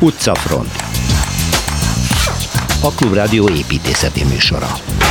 Utcafront, a Klubrádió építészeti műsora.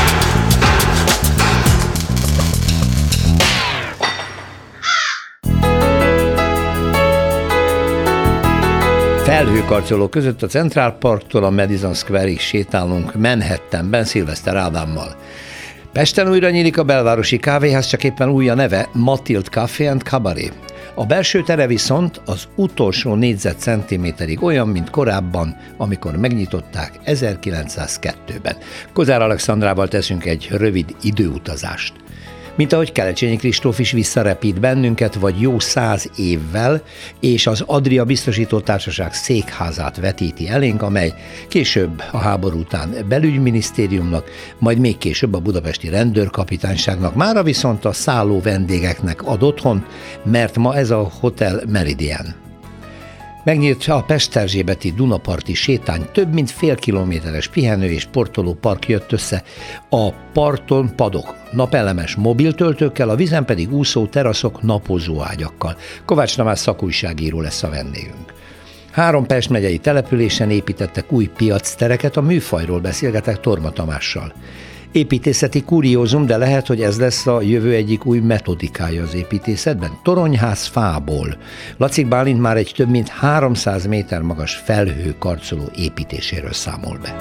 Felhőkarcolók között a Central Parktól a Madison Square-ig sétálunk Manhattanben Szilveszter Ádámmal. Pesten újra nyílik a belvárosi kávéház, csak éppen új a neve, Mathilde Café and Cabaret. A belső tere viszont az utolsó négyzetcentiméterig olyan, mint korábban, amikor megnyitották 1902-ben. Kozár Alexandrával teszünk egy rövid időutazást. Mint ahogy Kelecsényi Kristóf is visszarepít bennünket, vagy jó 100 évvel, és az Adria Biztosító Társaság székházát vetíti elénk, amely később a háború után belügyminisztériumnak, majd még később a budapesti rendőrkapitányságnak, mára viszont a szálló vendégeknek ad otthont, mert ma ez a Hotel Meridian. Megnyílt a Pesterzsébeti Dunaparti sétány, több mint fél kilométeres pihenő és sportoló park jött össze. A parton padok, napelemes mobiltöltőkkel, a vízen pedig úszó teraszok, napozó ágyakkal. Kovács Tamás szakújságíró lesz a vendégünk. 3 Pest megyei településen építettek új piactereket, a műfajról beszélgetek Torma Tamással. Építészeti kuriózum, de lehet, hogy ez lesz a jövő egyik új metodikája az építészetben. Toronyház fából. Lacik Bálint már egy több mint 300 méter magas felhőkarcoló építéséről számol be.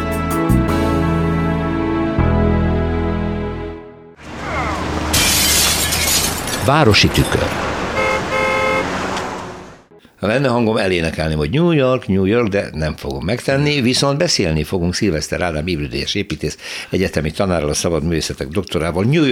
Városi tükör. Ha lenne hangom elénekelni, hogy New York, New York, de nem fogom megtenni, viszont beszélni fogunk Szilveszter Ádám ívődélyes építész, egyetemi tanárral, a szabad művészetek doktorával. New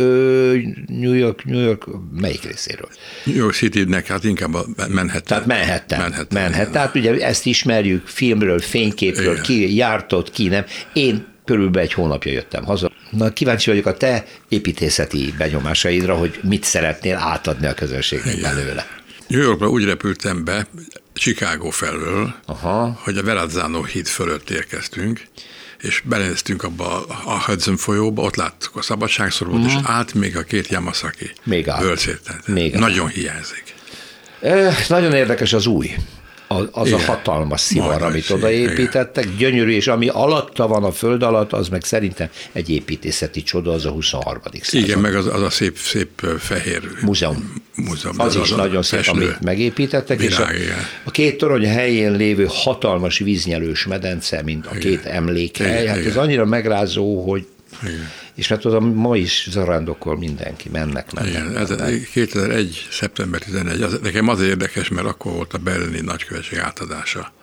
York, melyik részéről? New York City-nek, hát inkább a Manhattan. Tehát Manhattan. Tehát ugye ezt ismerjük filmről, fényképről, ki járt ott, ki nem. Én körülbelül egy hónapja jöttem haza. Na, kíváncsi vagyok a te építészeti benyomásaidra, hogy mit szeretnél átadni a közönségnek belőle. New Yorkba úgy repültem be, Chicago felől, hogy a Verrazzano híd fölött érkeztünk, és belenéztünk abba a Hudson folyóba, ott láttuk a Szabadságszorút, és állt még a 2 Yamasaki bölcsér. Nagyon hiányzik. Nagyon érdekes az új. Az a hatalmas szivar, amit odaépítettek, gyönyörű, és ami alatta van a föld alatt, az meg szerintem egy építészeti csoda, az a 23. század. Igen, meg az a szép fehér múzeum. Az is nagyon szép, amit megépítettek, virág, és a 2 torony helyén lévő hatalmas víznyelős medence, mint a 2 emlékhely, hát ez annyira megrázó, hogy és mert oda ma is zarándokol mindenki, mennek. Ez 2001. szeptember 11. Nekem az érdekes, mert akkor volt a berlini nagykövetség átadása.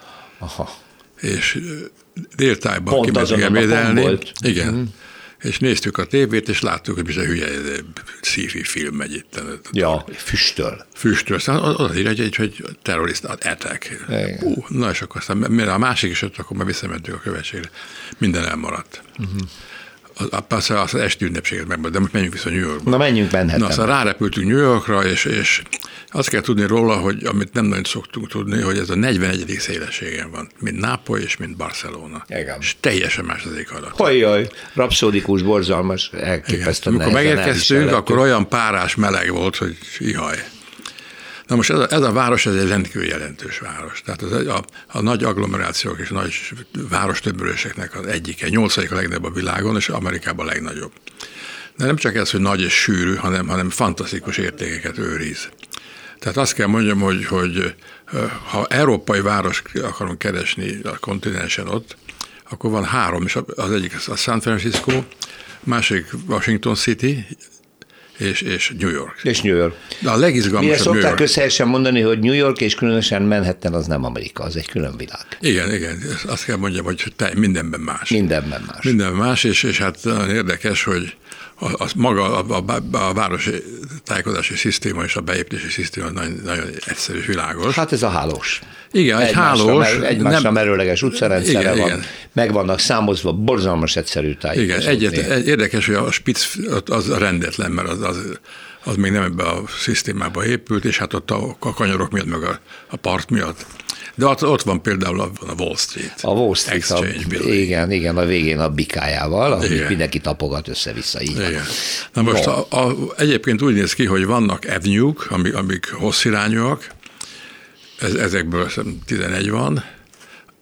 És déltájban kimentünk ebédelni. Igen. És néztük a tévét, és láttuk, hogy bizony hülye sci-fi film megy itt. Ja, füstöl. Szóval az így, hogy terrorista attack. Na és akkor aztán, mire a másik is jött, akkor már visszamentünk a követségre. Minden elmaradt. Persze az esti ünnepséget megmaradt, de most menjünk vissza New Yorkba. Na menjünk Manhattanba. Na, szóval rárepültünk New Yorkra, és azt kell tudni róla, hogy amit nem nagyon szoktunk tudni, hogy ez a 41. szélességen van, mint Nápoly és mint Barcelona. Igen. És teljesen más az éghajlat. Hajjaj, rapszódikus, borzalmas, elképesztően. Amikor megérkeztünk, akkor olyan párás meleg volt, hogy ihaj. Na most ez a város, ez egy rendkívül jelentős város. Tehát a nagy agglomerációk és a nagy várostöbbüléseknek az egyike, 8. a legnagyobb a világon, és Amerikában a legnagyobb. De nem csak ez, hogy nagy és sűrű, hanem fantasztikus értékeket őriz. Tehát azt kell mondjam, hogy ha európai város akarunk keresni a kontinensen ott, akkor van 3, és az egyik a San Francisco, másik Washington City, és New York. És New York. De a legizgalmasabb Mire szokták közhelyesen mondani, hogy New York és különösen Manhattan az nem Amerika, az egy külön világ. Igen. Azt kell mondjam, hogy mindenben más. Mindenben más, és hát nagyon érdekes, hogy maga a városi tájékozási szisztéma és a beépítési szisztéma nagyon egyszerű és világos. Hát ez a hálós. Igen, egy hálós. Egymásra merőleges utcarendszere van, igen. Meg vannak számozva, borzalmas egyszerű tájékozódni. Érdekes, hogy a Spitz az rendetlen, mert az még nem ebbe a szisztémába épült, és hát ott a kanyarok miatt, meg a part miatt. De ott van például a Wall Street. A Wall Street, igen, a végén a bikájával, amit mindenki tapogat össze-vissza. Így igen. Na most egyébként úgy néz ki, hogy vannak avenue-k, amik hosszirányúak, ezekből 11 van,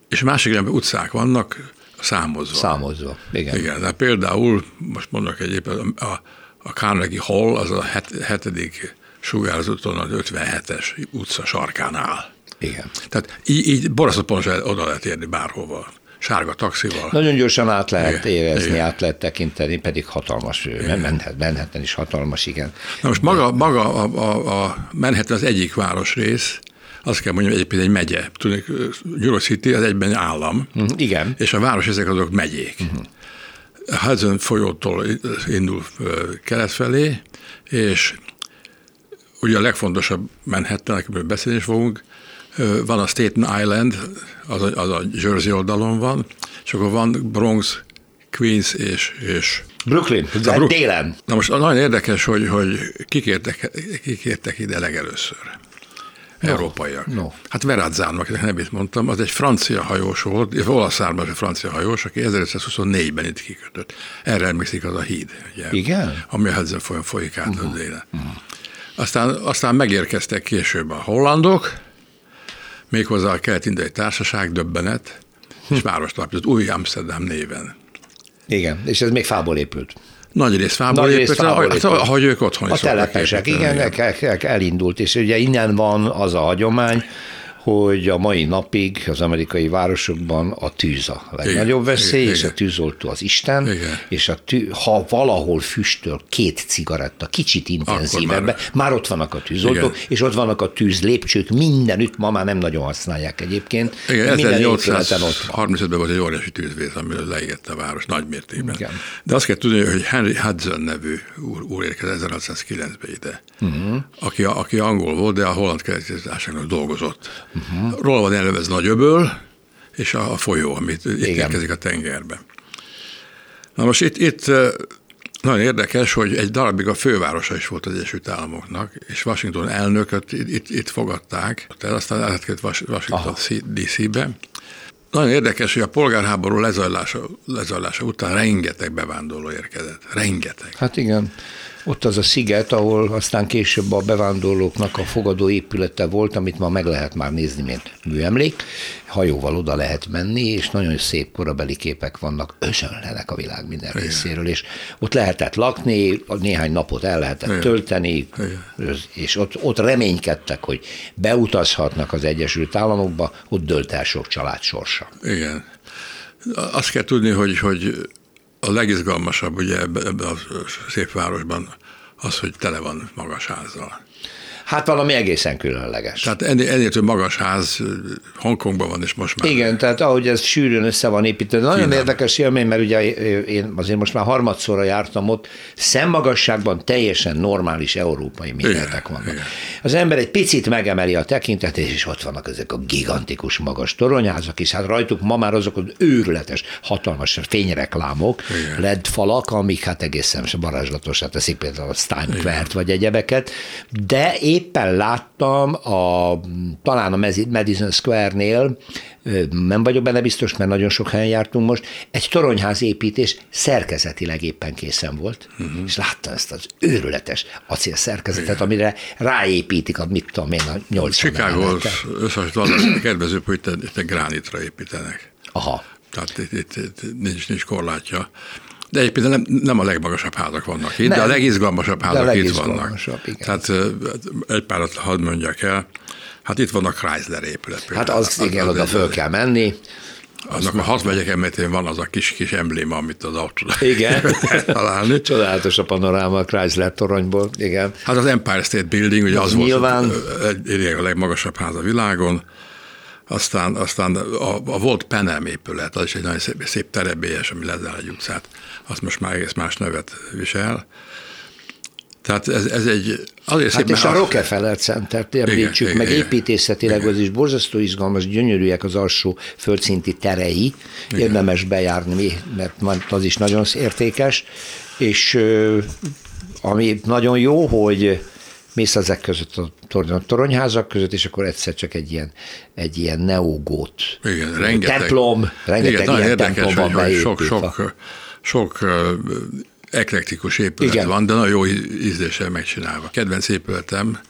és másik utcák vannak számozva. Számozva, igen. Igen, de például, most mondok egyébként, a Carnegie Hall az a 7. sugárzaton az 57-es utca sarkán áll. Igen. Tehát így borzasztó pontosan oda lehet érni bárhova. Sárga taxival. Nagyon gyorsan át lehet érezni, át lehet tekinteni, pedig hatalmas, Manhattan is hatalmas, igen. Na most maga a Manhattan az egyik városrész, azt kell mondjam, egyébként egy megye. Tudni, New York City az egyben állam, igen. És a város ezek azok megyék. A Hudson folyótól indul kelet felé, és ugye a legfontosabb Manhattan, akiről beszélni is fogunk, van a Staten Island, az a Jersey oldalon van, és akkor van Bronx, Queens és Brooklyn, délen. Na most nagyon érdekes, hogy kikértek ide legelőször. Európaiak. No. Hát Verrazzano, akinek nevét mondtam, az egy francia hajós volt, olasz származású francia hajós, aki 1524-ben itt kikötött. Erre emlékszik az a híd, ugye, igen? Ami a Hudson folyón folyik át a délen. Aztán megérkeztek később a hollandok, méghozzá a Kelet-Indiai Társaság, döbbenet, és várost alapított új Amsterdam néven. Igen, és ez még fából épült. Nagy rész fából épült, ahogy ők otthon is. A telepesek, igen, elindult, és ugye innen van az a hagyomány, hogy a mai napig az amerikai városokban a tűz a legnagyobb veszély, és a tűzoltó az Isten, és ha valahol füstöl 2 cigaretta, kicsit intenzívebben, már ott vannak a tűzoltók, és ott vannak a tűzlépcsők, mindenütt, ma már nem nagyon használják egyébként. Igen, 1835-ben volt egy óriási tűzvész, ami leégette a város nagy mértékben. Igen. De azt kell tudni, hogy Henry Hudson nevű úr érkezett 1609-ben ide, aki angol volt, de a holland keletkezésnek dolgozott. Róla van elnevezve Nagy Öböl, és a folyó, amit itt érkezik a tengerbe. Na most itt nagyon érdekes, hogy egy darabig a fővárosa is volt az Egyesült Államoknak, és Washington elnököt itt fogadták, aztán elhetett Washington DC-be. Nagyon érdekes, hogy a polgárháború lezajlása után rengeteg bevándorló érkezett. Rengeteg. Hát igen. Ott az a sziget, ahol aztán később a bevándorlóknak a fogadó épülete volt, amit ma meg lehet már nézni, mint műemlék. Hajóval oda lehet menni, és nagyon szép korabeli képek vannak, özönlenek a világ minden részéről, és ott lehetett lakni, néhány napot el lehetett tölteni, és ott reménykedtek, hogy beutazhatnak az Egyesült Államokba, ott dőlt el sok család sorsa. Igen. Azt kell tudni, hogy a legizgalmasabb ugye ebben a szép városban az, hogy tele van magas házzal. Hát valami egészen különleges. Tehát ennél több magas ház Hongkongban van, és most már... Igen, tehát ahogy ez sűrűn össze van építve. Nagyon érdekes élmény, mert ugye én azért most már harmadszorra jártam ott, szemmagasságban teljesen normális európai méretek vannak. Igen. Az ember egy picit megemeli a tekintetét, és ott vannak ezek a gigantikus magas toronyházak, és hát rajtuk ma már azok az őrületes, hatalmas fényreklámok, igen. LED falak, amik hát egészen varázslatosá teszik például a Steinquert vagy egyebeket, de éppen láttam talán a Madison Square-nél, nem vagyok benne biztos, mert nagyon sok helyen jártunk most, egy toronyház építés szerkezetileg éppen készen volt, és láttam ezt az őrületes acélszerkezetet, amire ráépítik mit tudom én, a 80 Chicago összehasonlítva kedvezőbb, hogy itt gránitra építenek. Aha. Tehát itt nincs korlátja. De egyébként nem a legmagasabb házak vannak itt, de a legizgalmasabb házak itt vannak. Igen. Tehát egy párat hadd mondjak el, hát itt van a Chrysler épület. Hát az igen, oda föl kell menni. Annak a 6 megyek emeltén van az a kis embléma, amit az autó igen. találni. Csodálatos a panoráma a Chrysler toronyból, igen. Hát az Empire State Building, ugye az nyilván volt a legmagasabb ház a világon. Aztán a volt Panem épület, az is egy nagyon szép terebélyes, ami lezár egy utcát, azt most már egész más nevet visel. Tehát ez egy... Azért hát és a Rockefeller Centert említsük meg, igen, építészetileg igen. Az is borzasztó izgalmas, gyönyörűek az alsó földszinti terei, igen. Érdemes bejárni, mert az is nagyon értékes, és ami nagyon jó, hogy mész ezek között a toronyházak között, és akkor egyszer csak egy ilyen neogót templom, rengeteg igen, ilyen templom van beépítve. Sok eklektikus épület igen. van, de nagyon jó ízléssel megcsinálva. Kedvenc épületem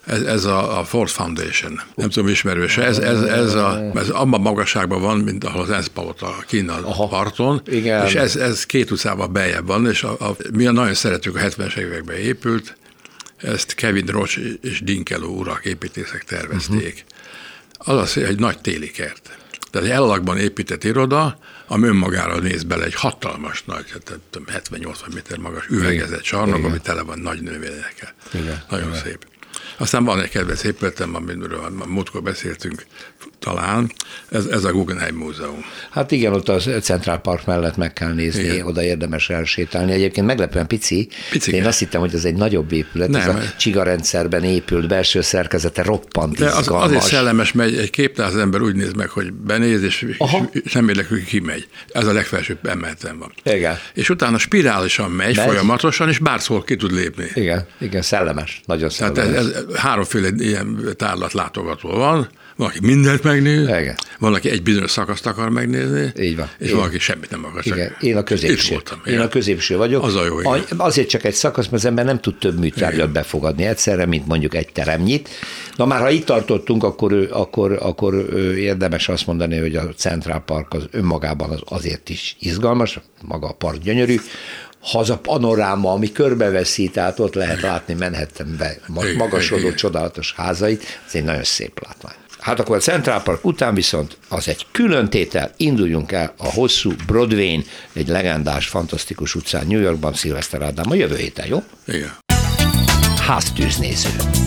Ez a Ford Foundation. Nem tudom, ismerőse. Ez abban magasságban van, mint ahol az ENSZ palota kinn a parton. Igen. És ez 2 utcával beljebb van, és mi nagyon szeretjük, a 70-es években épült. Ezt Kevin Roach és Dinkeló urak, építészek tervezték. Az egy nagy téli kert. Tehát egy elalakban épített iroda, ami önmagára néz bele egy hatalmas nagy, 70-80 méter magas üvegezett csarnok, ami tele van nagy növényekkel. Nagyon szép. Aztán van egy kedvenc épületem, amiről múltkor beszéltünk talán, ez a Guggenheim Múzeum. Hát igen, ott a Central Park mellett meg kell nézni, igen. Oda érdemes elsétálni. Egyébként meglepően pici. Én azt hittem, hogy ez egy nagyobb épület, nem, ez a csigarendszerben épült, belső szerkezete roppant izgalmas. Azért szellemes, mert egy képtáz ember úgy néz meg, hogy benéz, és semmileg kimegy. Ez a legfelsőbb emeleten van. Igen. És utána spirálisan megy folyamatosan, és bárszor ki tud lépni. Igen, szellemes, nagyon szellemes. Tehát ez 3-féle ilyen tárlat látogató van. Valaki mindent megnéz, van, aki egy bizonyos szakaszt akar megnézni, így van, és valaki semmit nem akar. Igen. Én a középső. Én a középső vagyok. Az a jó, azért csak egy szakasz, mert az ember nem tud több műtárgyat befogadni egyszerre, mint mondjuk egy teremnyit. Na már, ha itt tartottunk, akkor érdemes azt mondani, hogy a Central Park az önmagában azért is izgalmas, maga a park gyönyörű, ha az a panoráma, ami körbeveszi, tehát ott lehet látni Manhattanbe magasodó csodálatos házait, ez egy nagyon szép látvány. Hát akkor a Central Park után viszont az egy külön tétel, induljunk el a hosszú Broadwayn, egy legendás, fantasztikus utcán New Yorkban, Szilveszter Ádám a jövő héten, jó? Igen. Háztűznéző.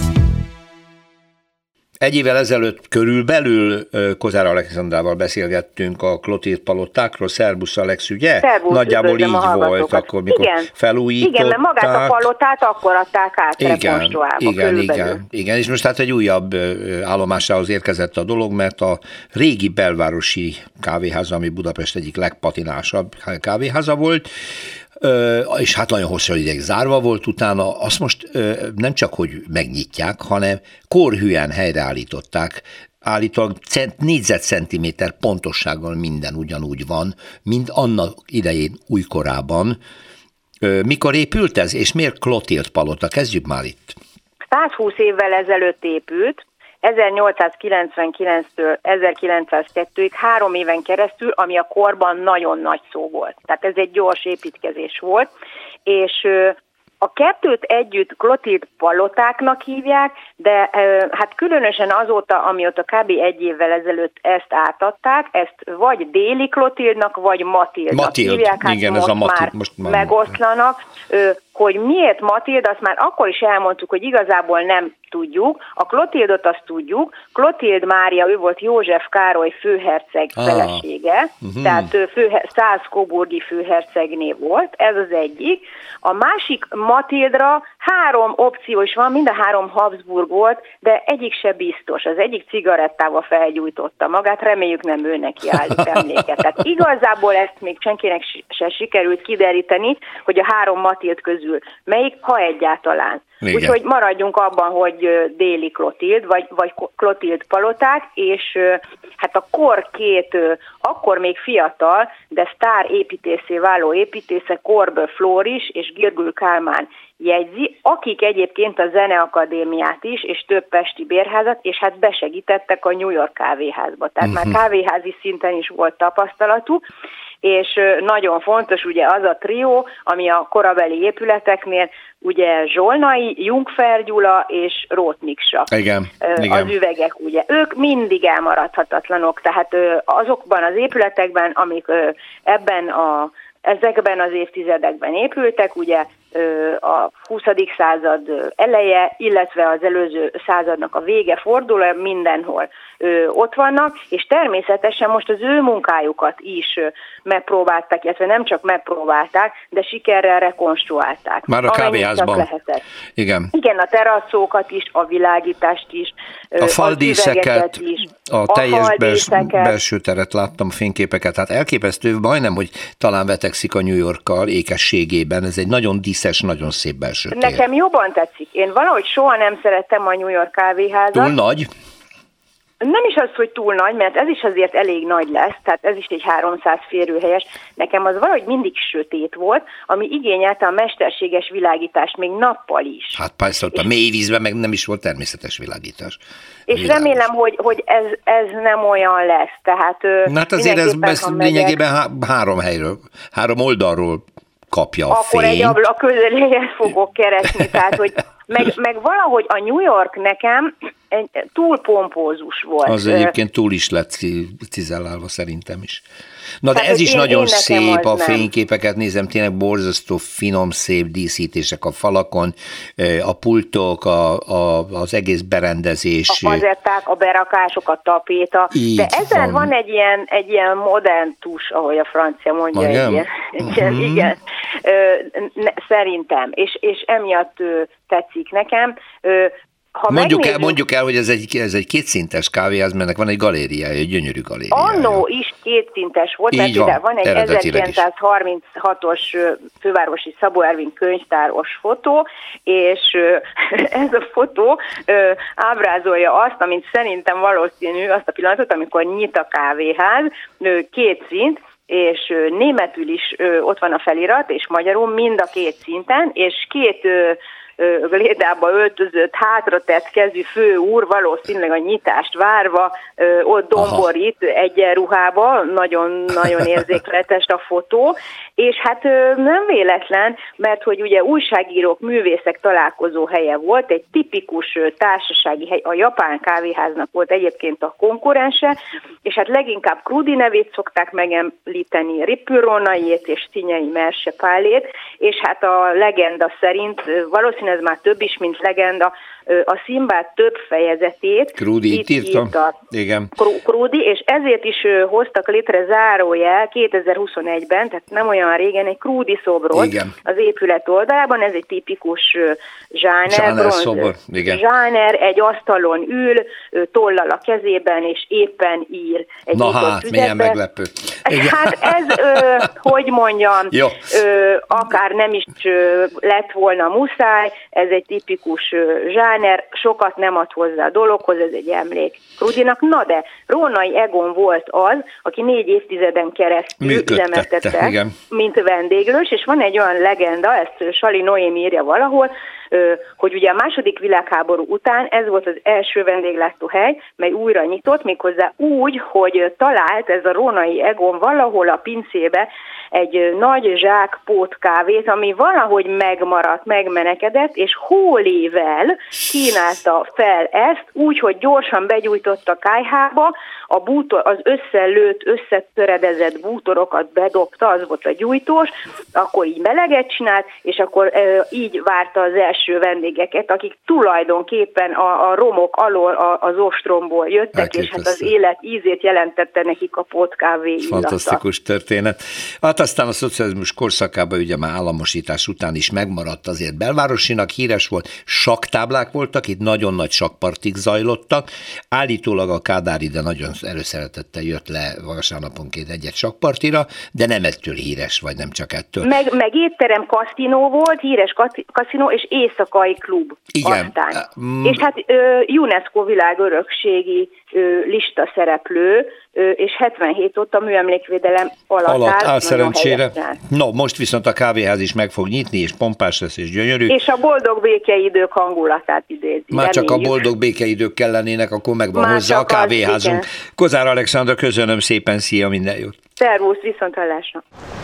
Egy évvel ezelőtt körülbelül Kozár Alexandrával beszélgettünk a Klotild palotákról. Szerbusz, Alex, ugye? Szerbusz, nagyjából így volt, akkor mikor felújították. Igen, mert magát a palotát akkor adták át rekonstruálva. Igen, és most hát egy újabb állomásához érkezett a dolog, mert a régi belvárosi kávéháza, ami Budapest egyik legpatinásabb kávéháza volt, és hát nagyon hosszú ideig zárva volt utána, azt most nem csak, hogy megnyitják, hanem korhűen helyreállították. Állítólag négyzetcentiméter pontossággal minden ugyanúgy van, mint annak idején újkorában. Mikor épült ez, és miért Klotild palota? Kezdjük már itt. 120 évvel ezelőtt épült, 1899-től 1902-ig 3 éven keresztül, ami a korban nagyon nagy szó volt. Tehát ez egy gyors építkezés volt, és a kettőt együtt Klotild palotáknak hívják, de hát különösen azóta, amióta kb. 1 évvel ezelőtt ezt átadták, ezt vagy Déli Klotildnak, vagy Matildnak hívják. Hát igen, ez a Matild. Most megoszlanak. Hogy miért Matild, azt már akkor is elmondtuk, hogy igazából nem tudjuk. A Klotildot azt tudjuk. Klotild Mária, ő volt József Károly főherceg felesége, tehát Salzburgi főhercegné volt, ez az egyik. A másik Matildra 3 opció is van, mind a 3 Habsburg volt, de egyik se biztos. Az egyik cigarettával felgyújtotta magát, reméljük nem ő neki állít emléket. Tehát igazából ezt még senkinek se sikerült kideríteni, hogy a 3 Matild közül melyik, ha egyáltalán. Úgyhogy maradjunk abban, hogy Déli Klotild, vagy Klotild paloták, és hát a kor 2, akkor még fiatal, de sztár építészé váló építésze Korbö Flóris és Girgül Kálmán jegyzi, akik egyébként a Zeneakadémiát is, és több pesti bérházat, és hát besegítettek a New York kávéházba. Tehát már kávéházi szinten is volt tapasztalatuk, és nagyon fontos ugye az a trió, ami a korabeli épületeknél ugye Zsolnai, Jungfer Gyula és Róth Miksa. Igen. Az üvegek, ugye. Ők mindig elmaradhatatlanok, tehát azokban az épületekben, amik ezekben az évtizedekben épültek, ugye a 20. század eleje, illetve az előző századnak a vége fordul, mindenhol ott vannak, és természetesen most az ő munkájukat is megpróbálták, illetve nem csak megpróbálták, de sikerrel rekonstruálták. Már a kávéházban. Igen, a teraszókat is, a világítást is, a faldíszeket, a teljes belső teret láttam, fényképeket, hát elképesztő, majdnem, hogy talán vetekszik a New Yorkkal ékességében, ez egy nagyon díszes, nagyon szép belső tér. Nekem jobban tetszik. Én valahogy soha nem szerettem a New York kávéházat. Túl nagy? Nem is az, hogy túl nagy, mert ez is azért elég nagy lesz, tehát ez is egy 300 férőhelyes. Nekem az valahogy mindig sötét volt, ami igényelte a mesterséges világítást még nappal is. Hát persze, ott a mély vízben meg nem is volt természetes világítás. És világos. Remélem, hogy ez nem olyan lesz. Tehát, hát azért ez lényegében 3 oldalról kapja a fény. Akkor egy ablak közeléhez fogok keresni, tehát hogy meg valahogy a New York nekem túl pompózus volt. Az egyébként túl is lett cizellálva szerintem is. Na de ez is nagyon szép, a fényképeket nézem, tényleg borzasztó, finom, szép díszítések a falakon, a pultok, az egész berendezés. A fazetták, a berakások, a tapéta, de ezen van egy ilyen modern tus, ahogy a francia mondja. Igen, szerintem, és emiatt tetszik nekem. Mondjuk el, hogy ez egy kétszintes kávéház, mert van egy galériája, egy gyönyörű galériája. Annó is kétszintes volt, mert ide van egy 1936-os fővárosi Szabó Ervin könyvtáros fotó, és ez a fotó ábrázolja azt, amit szerintem valószínű, azt a pillanatot, amikor nyit a kávéház, 2 szint, és németül is ott van a felirat, és magyarul mind a 2 szinten, és 2 lédába öltözött, hátratett kezű főúr valószínűleg a nyitást várva ott domborít egyenruhába, nagyon érzékletes a fotó, és hát nem véletlen, mert hogy ugye újságírók, művészek találkozó helye volt, egy tipikus társasági hely, a japán kávéháznak volt egyébként a konkurense, és hát leginkább Krudi nevét szokták megemlíteni, Ripuronaiét és Szinyei Mersepálét, és hát a legenda szerint valószínűleg ez már több is, mint legenda, a Szimbád több fejezetét Krudi írta. Igen. Krudi, és ezért is hoztak létre zárójel 2021-ben, tehát nem olyan régen, egy Krudi szobrot. Igen. Az épület oldalában, ez egy tipikus zsáner szobor. Zsáner, egy asztalon ül, tollal a kezében, és éppen ír. Egy milyen meglepő. Hát ez, hogy mondjam, akár nem is lett volna muszáj, ez egy tipikus zsáner, sokat nem ad hozzá a dologhoz, ez egy emlék Krudinak. Na de Rónai Egon volt az, aki 4 évtizeden keresztül üzemeltette, mint vendéglős, és van egy olyan legenda, ezt Sali Noémi írja valahol, hogy ugye a II. Világháború után ez volt az első vendéglátóhely, mely újra nyitott, méghozzá úgy, hogy talált ez a Rónai Egon valahol a pincébe egy nagy zsák pótkávét, ami valahogy megmaradt, megmenekedett, és hólével kínálta fel ezt, úgy, hogy gyorsan begyújtott a kályhába, az összelőtt, összetöredezett bútorokat bedobta, az volt a gyújtós, akkor így meleget csinált, és akkor így várta az első vendégeket, akik tulajdonképpen a romok alól az ostromból jöttek, és hát az élet ízét jelentette nekik a pótkávé illata. Fantasztikus történet. Hát aztán a szocializmus korszakában ugye már államosítás után is megmaradt, azért belvárosinak híres volt, sakktáblák voltak, itt nagyon nagy sakkpartik zajlottak, állítólag a Kádár ide nagyon előszeretettel jött le vasárnaponként egy sakkpartira, de nem ettől híres, vagy nem csak ettől. Meg étterem kaszinó volt, híres kaszinó, és éjszakai klub. Igen. Aztán. És hát UNESCO világörökségi lista szereplő, és 77 óta műemlékvédelem alatt áll szerencsére. No, most viszont a kávéház is meg fog nyitni, és pompás lesz, és gyönyörű. És a boldog békeidők hangulatát idézi. Már csak a boldog békeidők kellenének, akkor megvan hozzá a kávéházunk. Kozár Alexandra, köszönöm szépen, szia, minden jót. Szervusz, viszonthallásra.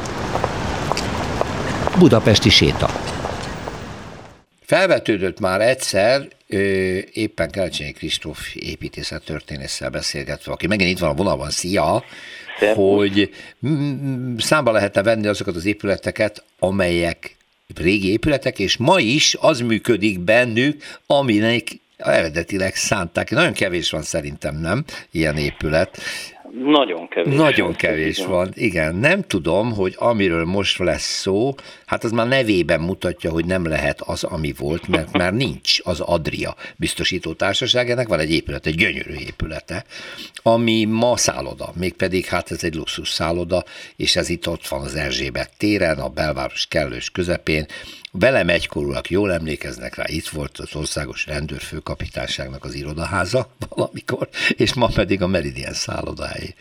Budapesti séta. Felvetődött már egyszer, éppen Kelcsényi Kristóf építészettörténésszel beszélgetve, aki megint itt van a vonalban, szia, hogy számba lehetne venni azokat az épületeket, amelyek régi épületek, és ma is az működik bennük, aminek eredetileg szánták. Nagyon kevés van szerintem, nem? Ilyen épület. Nagyon kevés van, igen. Nem tudom, hogy amiről most lesz szó, hát az már nevében mutatja, hogy nem lehet az, ami volt, mert már nincs az Adria biztosító társaságának, van egy épület, egy gyönyörű épülete, ami ma szálloda, mégpedig hát ez egy luxus szálloda, és ez itt ott van az Erzsébet téren, a belváros kellős közepén. Velem egykorúak jól emlékeznek rá, itt volt az Országos Rendőrfőkapitányságnak az irodaháza valamikor, és ma pedig a Meridian szállodáé.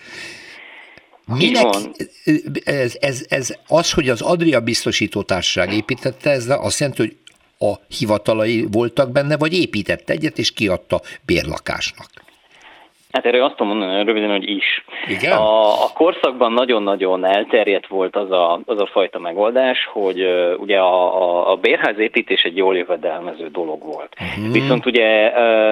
Minek ez az, hogy az Adria Biztosító Társaság építette, ez azt jelenti, hogy a hivatalai voltak benne, vagy épített egyet, és kiadta bérlakásnak? Hát erre azt tudom mondani röviden, hogy is. Igen? A korszakban nagyon-nagyon elterjedt volt az a fajta megoldás, hogy ugye a bérházépítés egy jól jövedelmező dolog volt. Viszont ugye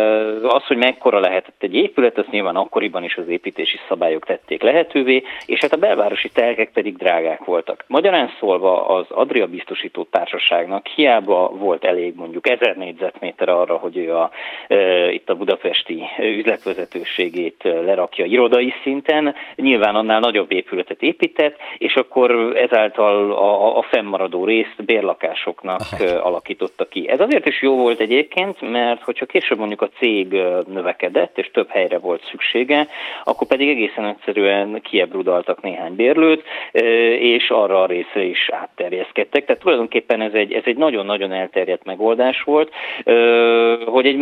az, hogy mekkora lehetett egy épület, azt nyilván akkoriban is az építési szabályok tették lehetővé, és hát a belvárosi telkek pedig drágák voltak. Magyarán szólva az Adria Biztosító Társaságnak hiába volt elég mondjuk 1000 négyzetméter arra, hogy ő itt a budapesti üzletvezetőség lerakja irodai szinten, nyilván annál nagyobb épületet épített, és akkor ezáltal a fennmaradó részt bérlakásoknak alakította ki. Ez azért is jó volt egyébként, mert hogyha később mondjuk a cég növekedett, és több helyre volt szüksége, akkor pedig egészen egyszerűen kiebrudaltak néhány bérlőt, és arra a részre is átterjeszkedtek. Tehát tulajdonképpen ez egy nagyon-nagyon elterjedt megoldás volt, hogy egy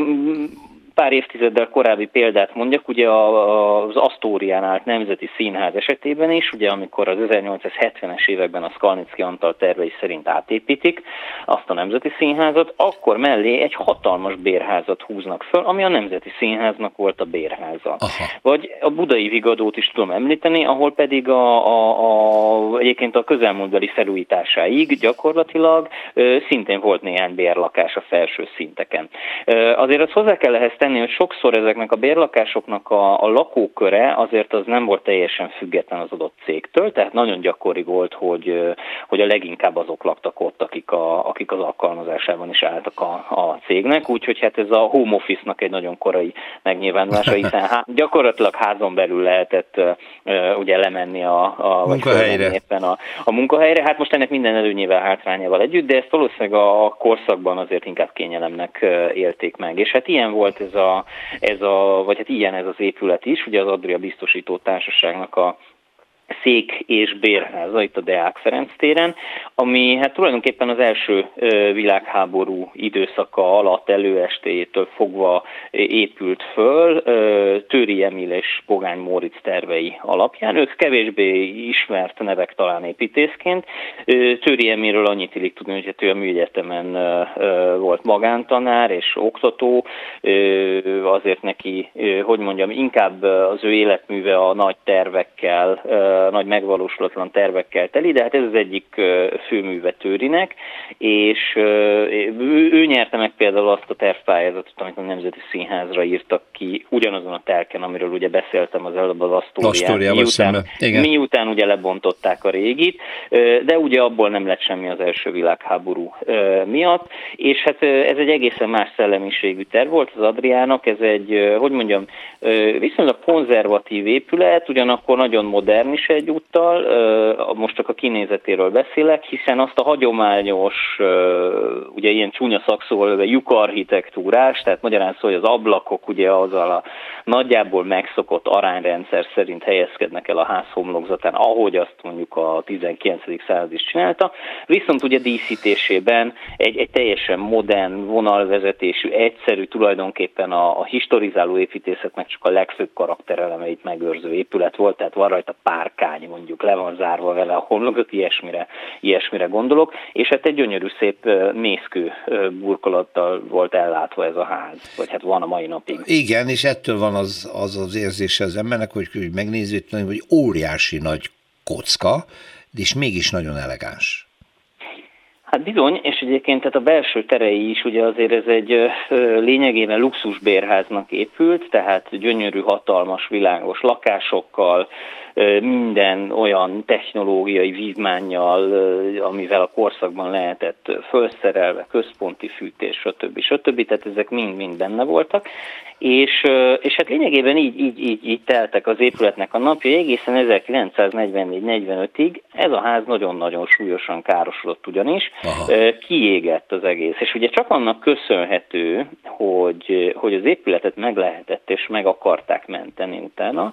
pár évtizeddel korábbi példát mondjak, ugye az Asztórián állt Nemzeti Színház esetében is, ugye amikor az 1870-es években a Skalnicki Antal tervei szerint átépítik azt a Nemzeti Színházat, akkor mellé egy hatalmas bérházat húznak föl, ami a Nemzeti Színháznak volt a bérháza. Aha. Vagy a Budai Vigadót is tudom említeni, ahol pedig egyébként a közelmúltbeli felújításáig gyakorlatilag szintén volt néhány bérlakás a felső szinteken. Azért azt hozzá kell ehhez tenni, hogy sokszor ezeknek a bérlakásoknak a lakóköre azért az nem volt teljesen független az adott cégtől, tehát nagyon gyakori volt, hogy a leginkább azok laktak ott, akik az alkalmazásában is álltak a cégnek, úgyhogy hát ez a home office-nak egy nagyon korai megnyilvánulása, hiszen gyakorlatilag házon belül lehetett ugye lemenni a munkahelyre. Hát most ennek minden előnyével, hátrányával együtt, de ezt valószínűleg a korszakban azért inkább kényelemnek élték meg. És hát ilyen volt vagy hát ilyen ez az épület is, ugye az Adria Biztosító Társaságnak a szék és bérháza itt a Deák Ferenc téren, ami hát tulajdonképpen az első világháború időszaka alatt előestéjétől fogva épült föl, Thöry Emil és Pogány Móricz tervei alapján. Ők kevésbé ismert nevek talán építészként. Thöry Emilről annyit illik tudni, hogy hát ő a műegyetemen volt magántanár és oktató, azért neki, hogy mondjam, inkább az ő életműve a nagy tervekkel, nagy megvalósulatlan tervekkel teli, de hát ez az egyik főműve Thörynek, és ő nyerte meg például azt a tervpályázatot, amit a Nemzeti Színházra írtak ki, ugyanazon a telken, amiről ugye beszéltem az előbb, az Asztórián, miután ugye lebontották a régit, de ugye abból nem lett semmi az első világháború miatt, és hát ez egy egészen más szellemiségű terv volt az Adriának, ez egy, hogy mondjam, viszonylag konzervatív épület, ugyanakkor nagyon modern is egyúttal, most csak a kinézetéről beszélek, hiszen azt a hagyományos, ugye ilyen csúnya szakszóval lyukarchitektúrás, tehát magyarán szó, hogy az ablakok ugye azzal a nagyjából megszokott arányrendszer szerint helyezkednek el a ház homlokzatán, ahogy azt mondjuk a 19. század is csinálta, viszont ugye díszítésében egy teljesen modern, vonalvezetésű, egyszerű, tulajdonképpen a historizáló építészetnek csak a legfőbb karakterelemeit megőrző épület volt, tehát van rajta párkány, mondjuk le van zárva vele a homlokzat, ilyesmire gondolok, és hát egy gyönyörű szép mészkő burkolattal volt ellátva ez a ház, vagy hát van a mai napig. Igen, és ettől van az érzése az embernek, hogy megnézzük, hogy óriási nagy kocka, és mégis nagyon elegáns. Hát bizony, és egyébként tehát a belső terei is ugye azért ez egy lényegében luxusbérháznak épült, tehát gyönyörű, hatalmas, világos lakásokkal, minden olyan technológiai vívmánnyal, amivel a korszakban lehetett felszerelve, központi fűtés, stb. Tehát ezek mind benne voltak, és hát lényegében így teltek az épületnek a napja, egészen 1944-45-ig ez a ház nagyon-nagyon súlyosan károsodott ugyanis, kiégett az egész, és ugye csak annak köszönhető, hogy az épületet meg lehetett és meg akarták menteni utána,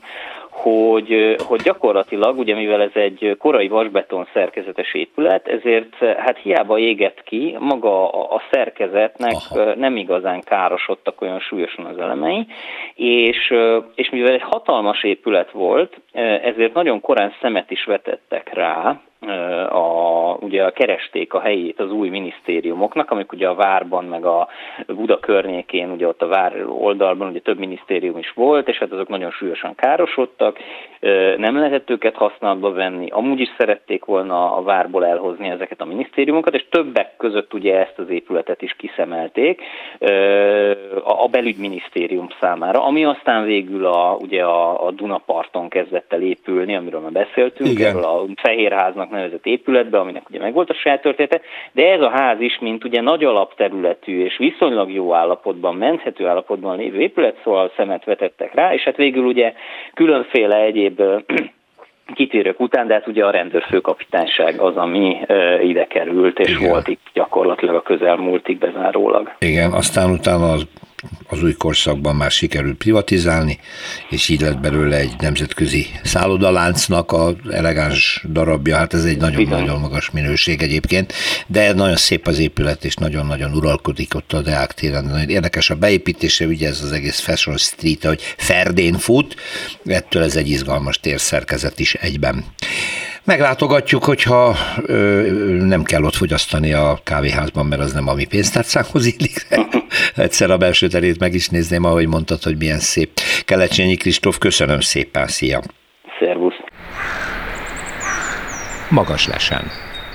hogy gyakorlatilag, ugye mivel ez egy korai vasbeton szerkezetes épület, ezért hát hiába égett ki, maga a szerkezetnek nem igazán károsodtak olyan súlyosan az elemei, és mivel egy hatalmas épület volt, ezért nagyon korán szemet is vetettek rá, ugye keresték a helyét az új minisztériumoknak, amik ugye a várban, meg a Buda környékén, ugye ott a vár oldalban ugye több minisztérium is volt, és hát azok nagyon súlyosan károsodtak, nem lehetett őket használatba venni, amúgy is szerették volna a várból elhozni ezeket a minisztériumokat, és többek között ugye ezt az épületet is kiszemelték a belügyminisztérium számára, ami aztán végül ugye a Dunaparton kezdett el épülni, amiről már beszéltünk, erről a Fehérháznak nevezett épületbe, aminek ugye megvolt a saját története, de ez a ház is, mint ugye nagy alapterületű és viszonylag jó állapotban, menthető állapotban lévő épület, szóval szemet vetettek rá, és hát végül ugye különféle egyéb kitérők után, de hát ugye a rendőrfőkapitányság az, ami ide került, és igen, volt itt gyakorlatilag a közelmúltig bezárólag. Igen, aztán utána az új korszakban már sikerült privatizálni, és így lett belőle egy nemzetközi szállodaláncnak az elegáns darabja, hát ez egy nagyon-nagyon magas minőség egyébként, de nagyon szép az épület, és nagyon-nagyon uralkodik ott a Deák téren. Nagyon érdekes a beépítése, ugye ez az egész Fashion Street, ahogy ferdén fut, ettől ez egy izgalmas térszerkezet is egyben. Meglátogatjuk, hogyha nem kell ott fogyasztani a kávéházban, mert az nem a mi pénztárcánkhoz illik. Egyszer a belső terét meg is nézném, ahogy mondtad, hogy milyen szép. Kelecsényi Kristóf, köszönöm szépen, szia! Szervusz! Magas lesen.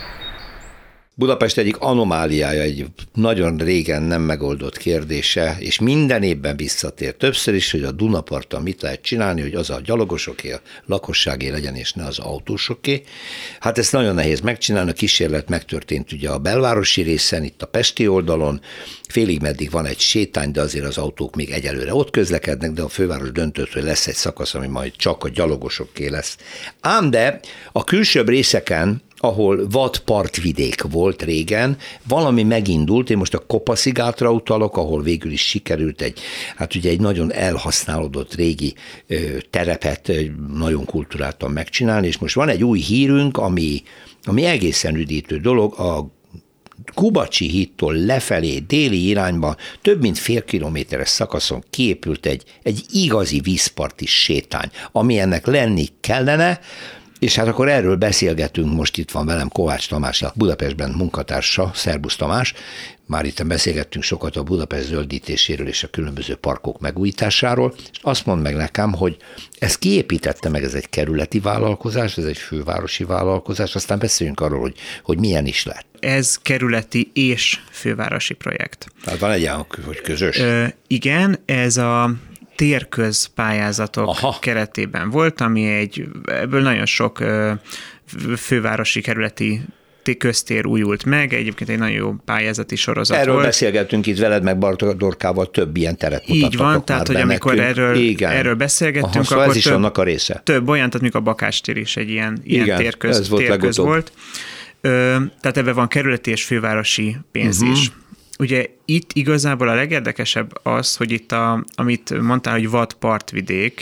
Budapest egyik anomáliája, egy nagyon régen nem megoldott kérdése, és minden évben visszatér többször is, hogy a Dunaparton mit lehet csinálni, hogy az a gyalogosoké, a lakosságé legyen, és ne az autósoké. Hát ezt nagyon nehéz megcsinálni, a kísérlet megtörtént ugye a belvárosi részen, itt a pesti oldalon, félig meddig van egy sétány, de azért az autók még egyelőre ott közlekednek, de a főváros döntött, hogy lesz egy szakasz, ami majd csak a gyalogosoké lesz. Ám de a külsőbb részeken, ahol vadpartvidék volt régen, valami megindult, én most a Kopa-szigátra utalok, ahol végül is sikerült egy nagyon elhasználódott régi terepet nagyon kulturáltan megcsinálni, és most van egy új hírünk, ami egészen üdítő dolog, a Gubacsi hídtól lefelé, déli irányba több mint fél kilométeres szakaszon kiépült egy igazi vízparti sétány, ami ennek lenni kellene, és hát akkor erről beszélgetünk, most itt van velem Kovács Tamás, a Budapestben munkatársa, szerbusz Tamás, már itt beszélgettünk sokat a Budapest zöldítéséről és a különböző parkok megújításáról, és azt mondd meg nekem, hogy ezt kiépítette meg, ez egy kerületi vállalkozás, ez egy fővárosi vállalkozás, aztán beszéljünk arról, hogy milyen is lett. Ez kerületi és fővárosi projekt. Tehát van egy olyan, hogy közös? Igen, ez a térközpályázatok keretében volt, ami ebből nagyon sok fővárosi kerületi köztér újult meg, egyébként egy nagyon jó pályázati sorozat erről volt. beszélgettünk itt veled, meg Bartók Dorkával, több ilyen teret mutattatok. Így van, tehát hogy amikor erről beszélgettünk, szóval akkor ez is annak a része. Több olyan, tehát mikor a Bakástér is egy ilyen térköz volt. Tehát ebben van kerületi és fővárosi pénz is. Ugye itt igazából a legérdekesebb az, hogy itt amit mondtál, hogy vadpartvidék,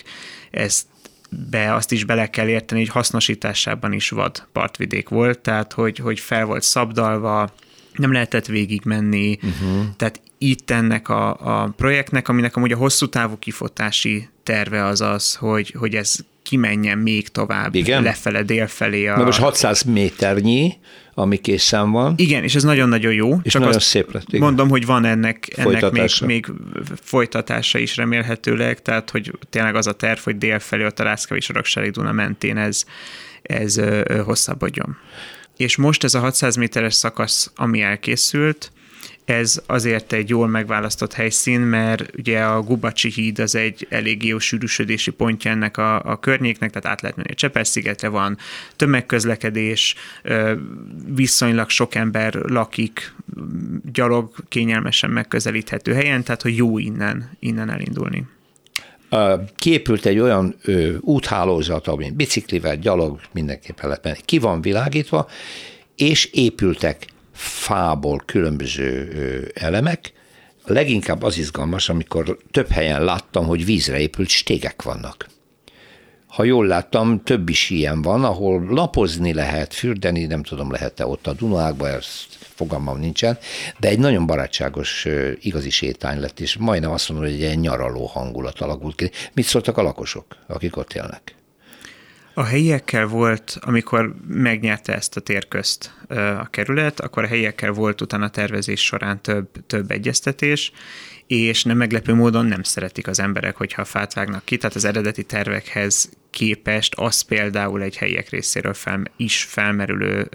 azt is bele kell érteni, hogy hasznosításában is vadpartvidék volt, tehát hogy fel volt szabdalva, nem lehetett végigmenni, tehát itt ennek a projektnek, aminek amúgy a hosszú távú kifutási terve az, hogy ez kimenjen még tovább, lefele, délfelé. Na most 600 méternyi, ami készen van. Igen, és ez nagyon-nagyon jó. És csak nagyon szép lett. Igen. Mondom, hogy van ennek még folytatása is remélhetőleg, tehát hogy tényleg az a terv, hogy délfelé ott a Ráckevich-Soroksári-Duna mentén ez hosszabbodjon. És most ez a 600 méteres szakasz, ami elkészült, ez azért egy jól megválasztott helyszín, mert ugye a Gubacsi híd az egy elég jó sűrűsödési pontja ennek a környéknek, tehát át lehet menni a Csepel-szigetre, van tömegközlekedés, viszonylag sok ember lakik, gyalog kényelmesen megközelíthető helyen, tehát hogy jó innen elindulni. Kiépült egy olyan úthálózat, ami biciklivel, gyalog mindenképpen lehet menni. Ki van világítva, és épültek fából különböző elemek. Leginkább az izgalmas, amikor több helyen láttam, hogy vízre épült stégek vannak. ha jól láttam, több is ilyen van, ahol lapozni lehet, fürdeni, nem tudom, lehet-e ott a Dunaágban, ezt fogalmam nincsen, de egy nagyon barátságos, igazi sétány lett, és majdnem azt mondom, hogy egy ilyen nyaraló hangulat alakult ki. Mit szóltak a lakosok, akik ott élnek? A helyiekkel volt, amikor megnyerte ezt a térközt a kerület, akkor a helyiekkel volt utána a tervezés során több egyeztetés, és nem meglepő módon nem szeretik az emberek, hogyha fát vágnak ki, tehát az eredeti tervekhez képest az például egy helyiek részéről is felmerülő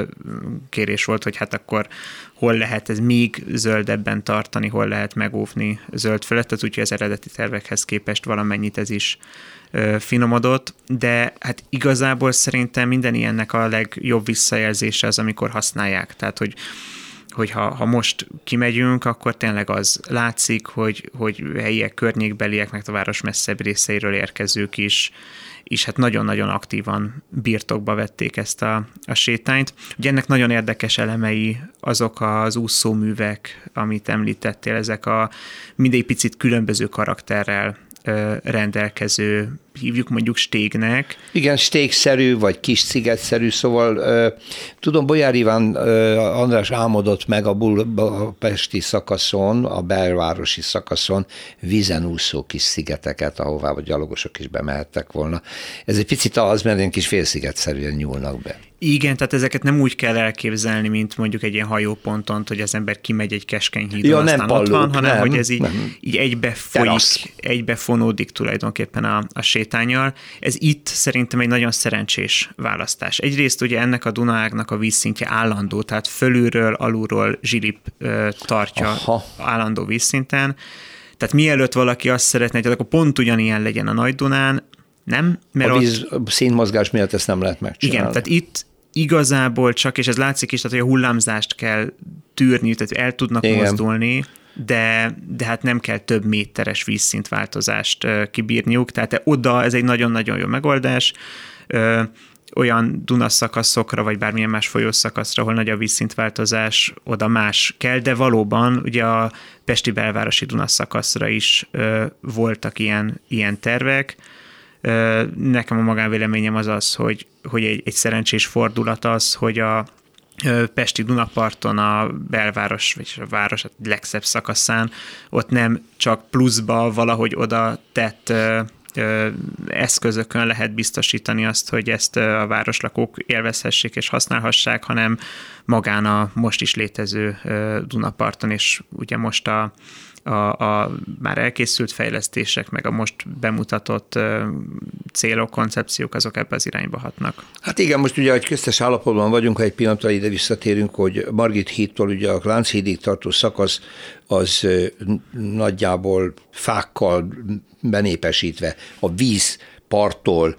kérés volt, hogy hát akkor hol lehet ez még zöldebben tartani, hol lehet megóvni zöld fölöttet, úgyhogy az eredeti tervekhez képest valamennyit ez is finomodott, de hát igazából szerintem minden ilyennek a legjobb visszajelzése az, amikor használják. Tehát, hogy ha most kimegyünk, akkor tényleg az látszik, hogy helyiek, környékbeliek, meg a város messzebb részeiről érkezők is hát nagyon-nagyon aktívan birtokba vették ezt a sétányt. Ugye ennek nagyon érdekes elemei azok az úszóművek, amit említettél, ezek a mindegy picit különböző karakterrel rendelkező, hívjuk mondjuk stégnek. Igen, stégszerű, vagy kis szigetszerű, szóval tudom, Bolyár Iván András álmodott meg a budapesti szakaszon, a belvárosi szakaszon vízen úszó kis szigeteket, ahová a gyalogosok is bemehettek volna. Ez egy picit az, mert ilyen kis félszigetszerűen nyúlnak be. Igen, tehát ezeket nem úgy kell elképzelni, mint mondjuk egy ilyen hajóponton, hogy az ember kimegy egy keskeny hídon, aztán nem ott van, hanem hogy ez így egybe folyik, egybe fonódik tulajdonképpen a sétánnyal. Ez itt szerintem egy nagyon szerencsés választás. Egyrészt ugye ennek a Dunaágnak a vízszintje állandó, tehát fölülről, alulról zsilip tartja állandó vízszinten. Tehát mielőtt valaki azt szeretne, hogy akkor pont ugyanilyen legyen a Nagy-Dunán, nem, mert a víz színmozgás miatt ezt nem lehet megcsinálni. Igen, tehát itt igazából csak, és ez látszik is, tehát, hogy a hullámzást kell tűrni, tehát el tudnak mozdulni, de hát nem kell több méteres vízszintváltozást kibírniuk, tehát oda ez egy nagyon-nagyon jó megoldás. Olyan Dunaszakaszokra, vagy bármilyen más folyószakaszra, ahol nagy a vízszintváltozás, oda más kell, de valóban ugye a pesti belvárosi Dunaszakaszra is voltak ilyen tervek. Nekem a magánvéleményem az, hogy egy szerencsés fordulat az, hogy a pesti Dunaparton a belváros, vagy a város legszebb szakaszán ott nem csak pluszba valahogy oda tett eszközökön lehet biztosítani azt, hogy ezt a városlakók élvezhessék és használhassák, hanem magán a most is létező Dunaparton, és ugye most a már elkészült fejlesztések, meg a most bemutatott célok, koncepciók, azok ebbe az irányba hatnak. Hát igen, most ugye egy köztes állapotban vagyunk, ha egy pillanatra ide visszatérünk, hogy Margit hídtól ugye a Lánchídig tartó szakasz az nagyjából fákkal benépesítve a vízparttól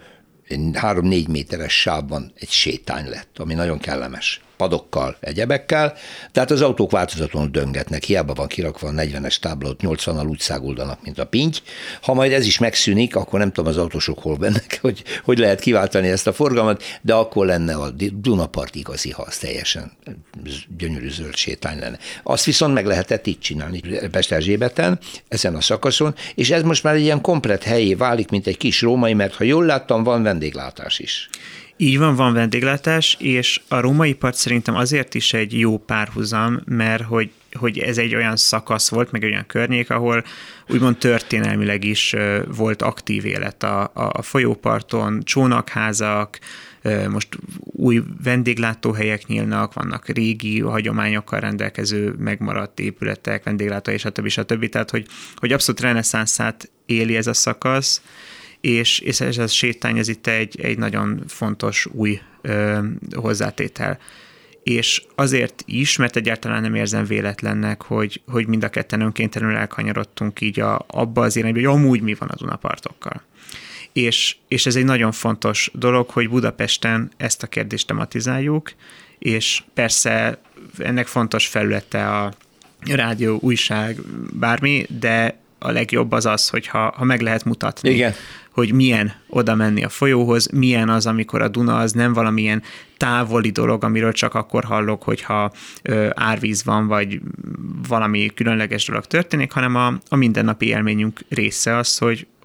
3-4 méteres sávban egy sétány lett, ami nagyon kellemes. Padokkal, egyebekkel, tehát az autók változatlanul döngetnek, hiába van kirakva a 40-es tábla, ott 80-al úgy száguldanak, mint a pinty. Ha majd ez is megszűnik, akkor nem tudom az autósok hol bennek, hogy lehet kiváltani ezt a forgalmat, de akkor lenne a Dunapart igazi, ha az teljesen gyönyörű zöld sétány lenne. Azt viszont meg lehetett itt csinálni Pesterzsébeten, ezen a szakaszon, és ez most már egy ilyen komplett helyé válik, mint egy kis római, mert ha jól láttam, van vendéglátás is. Így van vendéglátás, és a római part szerintem azért is egy jó párhuzam, mert hogy ez egy olyan szakasz volt, meg olyan környék, ahol úgymond történelmileg is volt aktív élet a folyóparton, csónakházak, most új vendéglátóhelyek nyílnak, vannak régi hagyományokkal rendelkező megmaradt épületek, vendéglátóhely, stb. Tehát, hogy abszolút reneszánszát éli ez a szakasz, és ez a sétány, ez itt egy nagyon fontos új hozzátétel. És azért is, mert egyáltalán nem érzem véletlennek, hogy mind a ketten önkéntelenül elkanyarodtunk így abba az irányba, hogy amúgy mi van a Dunapartokkal. És ez egy nagyon fontos dolog, hogy Budapesten ezt a kérdést tematizáljuk, és persze ennek fontos felülete a rádió, újság, bármi, de a legjobb az, hogyha meg lehet mutatni, igen, hogy milyen oda menni a folyóhoz, milyen az, amikor a Duna az nem valamilyen távoli dolog, amiről csak akkor hallok, hogyha árvíz van, vagy valami különleges dolog történik, hanem a mindennapi élményünk része az, hogy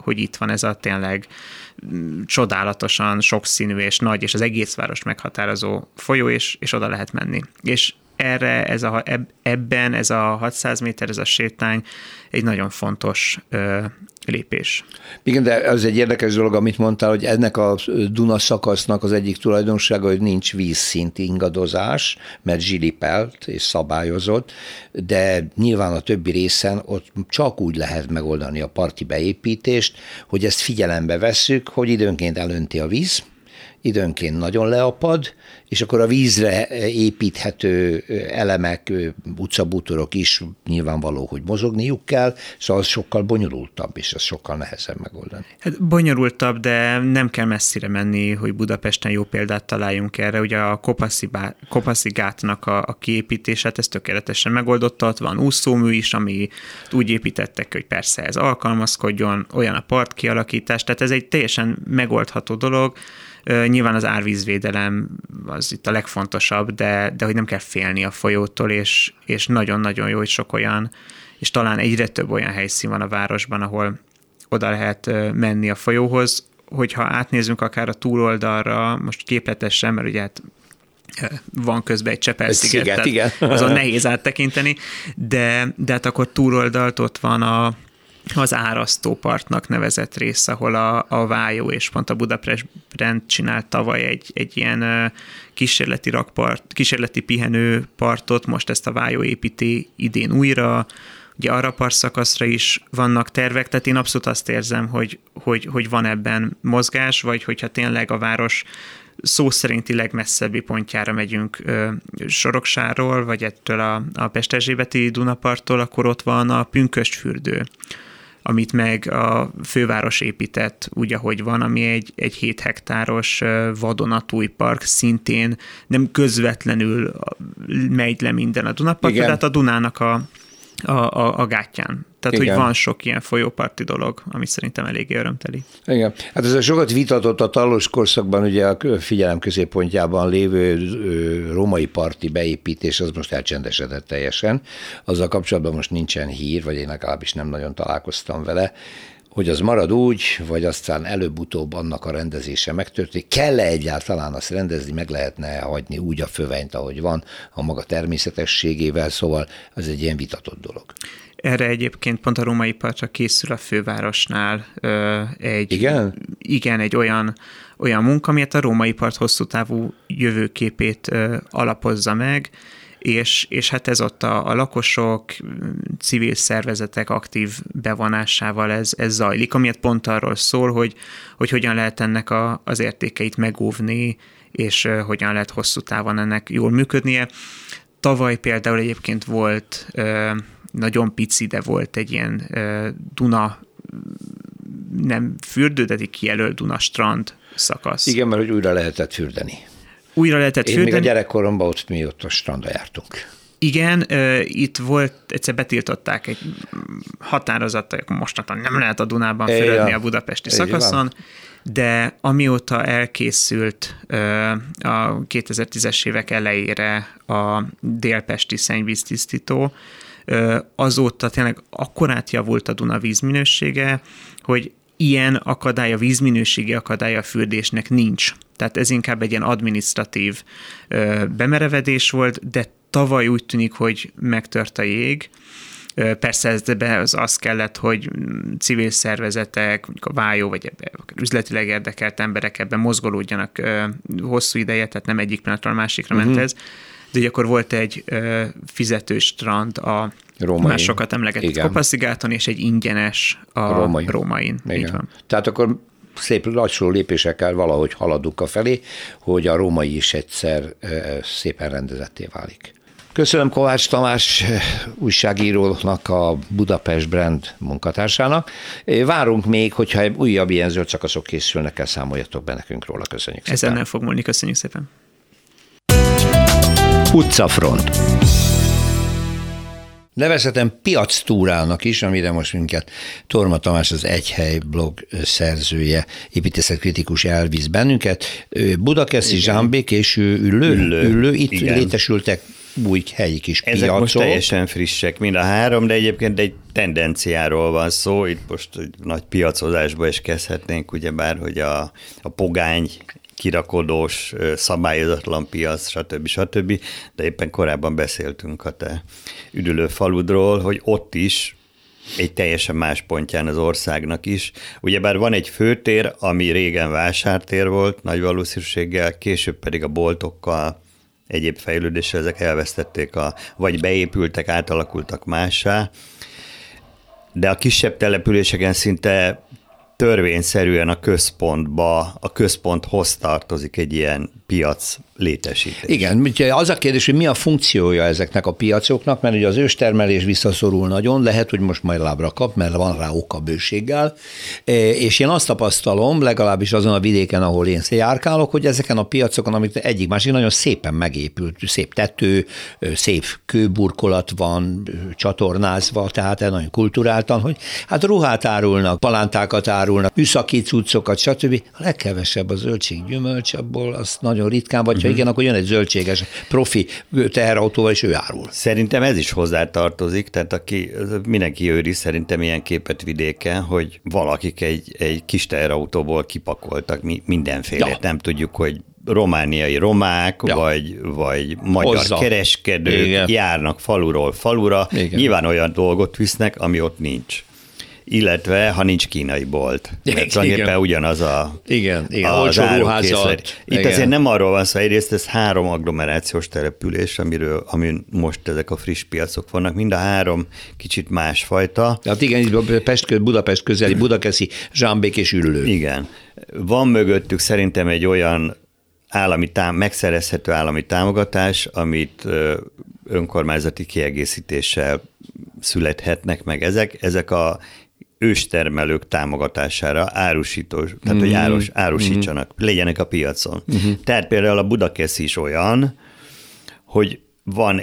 hogy itt van ez a tényleg csodálatosan sokszínű és nagy, és az egész város meghatározó folyó, és oda lehet menni. És erre ebben ez a 600 méter, ez a sétány egy nagyon fontos lépés. Igen, de az egy érdekes dolog, amit mondtál, hogy ennek a Duna szakasznak az egyik tulajdonsága, hogy nincs vízszint ingadozás, mert zsilipelt és szabályozott, de nyilván a többi részen ott csak úgy lehet megoldani a parti beépítést, hogy ezt figyelembe vesszük, hogy időnként elönti a víz, időnként nagyon leapad, és akkor a vízre építhető elemek, utcabútorok is nyilvánvaló, hogy mozogniuk kell, szóval az sokkal bonyolultabb, és ez sokkal nehezebb megoldani. Hát bonyolultabb, de nem kell messzire menni, hogy Budapesten jó példát találjunk erre. Ugye a Kopaszi gátnak a kiépítését, ez tökéletesen megoldotta, ott van úszómű is, ami úgy építettek, hogy persze ez alkalmazkodjon, olyan a part kialakítás, tehát ez egy teljesen megoldható dolog. Nyilván az árvízvédelem az itt a legfontosabb, de hogy nem kell félni a folyótól, és nagyon-nagyon jó, hogy sok olyan, és talán egyre több olyan helyszín van a városban, ahol oda lehet menni a folyóhoz, hogyha átnézünk akár a túloldalra, most képletesen, mert ugye hát van közben egy Csepel-sziget, azon nehéz áttekinteni, de hát akkor túloldalt ott van az Árasztópartnak nevezett rész, ahol a Vájó és pont a Budapest Brand csinált tavaly egy ilyen kísérleti pihenőpartot, most ezt a Vájó építi idén újra, ugye arra partszakaszra is vannak tervek, tehát én abszolút azt érzem, hogy van ebben mozgás, vagy hogyha tényleg a város szó szerinti legmesszebbi pontjára megyünk Soroksáról, vagy ettől a Pesterzsébeti Dunaparttól, akkor ott van a Pünkösdfürdő, amit meg a főváros épített úgy, ahogy van, ami egy 7 hektáros vadonatúj park, szintén nem közvetlenül megy le minden a Dunaparton, tehát a Dunának a gátján. Tehát, igen, hogy van sok ilyen folyóparti dolog, ami szerintem eléggé örömteli. Igen. Hát ez a sokat vitatott a Tallos korszakban, ugye a figyelem középpontjában lévő római parti beépítés, az most elcsendesedett teljesen. Azzal kapcsolatban most nincsen hír, vagy én legalábbis nem nagyon találkoztam vele, hogy az marad úgy, vagy aztán előbb-utóbb annak a rendezése megtörténik. Kell-e egyáltalán azt rendezni, meg lehetne hagyni úgy a fövenyt, ahogy van, a maga természetességével, szóval ez egy ilyen vitatott dolog. Erre egyébként pont a római partra készül a fővárosnál egy olyan munka,amiért a római part hosszú távú jövőképét alapozza meg, és hát ez ott a lakosok, civil szervezetek aktív bevonásával ez zajlik, amiért pont arról szól, hogy hogyan lehet ennek az értékeit megóvni, és hogyan lehet hosszú távon ennek jól működnie. Tavaly például egyébként volt, nagyon pici, de volt egy ilyen Duna, nem fürdő, de egy kijelölt Duna strand szakasz. Igen, mert hogy újra lehetett fürdeni. Fürdeni. Még a gyerekkoromban mi ott a strandra jártunk. Igen, itt volt, egyszer betiltották egy határozattal, hogy mostantól nem lehet a Dunában fürödni a budapesti szakaszon, de amióta elkészült a 2010-es évek elejére a délpesti szennyvíztisztító, azóta tényleg akkorát javult a Duna vízminősége, hogy ilyen akadálya, vízminőségi akadálya a fürdésnek nincs. Tehát ez inkább egy ilyen adminisztratív bemerevedés volt, de tavaly úgy tűnik, hogy megtört a jég. Persze ez az kellett, hogy civil szervezetek, mondjuk a Vájó, vagy üzletileg érdekelt emberek ebben mozgolódjanak hosszú ideje, tehát nem egyik pillanatról a másikra ment ez. De ugye akkor volt egy fizetős strand a már sokat emlegetett Kopaszigáton, és egy ingyenes a Rómain. Így van. Tehát akkor szép lassú lépésekkel valahogy haladunk afelé, hogy a Római is egyszer szépen rendezetté válik. Köszönöm Kovács Tamás újságírónak, a Budapest Brand munkatársának. Várunk még, hogyha újabb ilyen zöld szakaszok készülnek, számoljatok be nekünk róla. Köszönjük szépen. Ezen nem fog múlni, köszönjük szépen. Utcafront. Nevezhetem piactúrának is, amire most minket Torma Tamás, az Egyhely blog szerzője, építészetkritikus elvisz bennünket. Budakeszi, Zsámbék és Üllő itt létesültek új helyi kis piacok. Ezek most teljesen frissek, mind a három, de egyébként egy tendenciáról van szó, itt most egy nagy piacozásba is kezdhetnénk, ugyebár, hogy a pogány, kirakodós, szabályozatlan piac, stb. De éppen korábban beszéltünk a te üdülőfaludról, hogy ott is egy teljesen más pontján az országnak is. Ugyebár van egy főtér, ami régen vásártér volt, nagy valószínűséggel, később pedig a boltokkal, egyéb fejlődéssel ezek elvesztették, vagy beépültek, átalakultak mássá, de a kisebb településeken szinte törvényszerűen a központhoz tartozik egy ilyen piac létesítés. Igen, az a kérdés, hogy mi a funkciója ezeknek a piacoknak, mert ugye az őstermelés visszaszorul nagyon, lehet, hogy most majd lábra kap, mert van rá oka bőséggel, és én azt tapasztalom, legalábbis azon a vidéken, ahol én járkálok, hogy ezeken a piacokon, amit egyik másik nagyon szépen megépült, szép tető, szép kőburkolat van csatornázva, tehát nagyon kulturáltan, hogy hát ruhát árulnak, palántákat árulnak, műszaki cuccokat, stb. A legkevesebb a zöldséggyümölcs, abból az nagyon ritkán, vagy ha igen, akkor jön egy zöldséges profi teherautóval, és ő árul. Szerintem ez is hozzátartozik, tehát mindenki őriz szerintem ilyen képet vidéken, hogy valakik egy kis teherautóból kipakoltak mindenféle, nem tudjuk, hogy romániai romák, vagy magyar kereskedők járnak faluról falura, nyilván olyan dolgot visznek, ami ott nincs. Illetve, ha nincs kínai bolt. Mert tulajdonképpen ugyanaz az árukészlet. Itt azért nem arról van szó, egyrészt ez 3 agglomerációs település, amin most ezek a friss piacok vannak, mind a 3 kicsit másfajta. Hát igen, Budapest közeli, Budakeszi, Zsámbék és Üllő. Igen. Van mögöttük szerintem egy olyan megszerezhető állami támogatás, amit önkormányzati kiegészítéssel születhetnek meg ezek a őstermelők támogatására tehát hogy árusítsanak, legyenek a piacon. Tehát például a Budakeszi is olyan, hogy van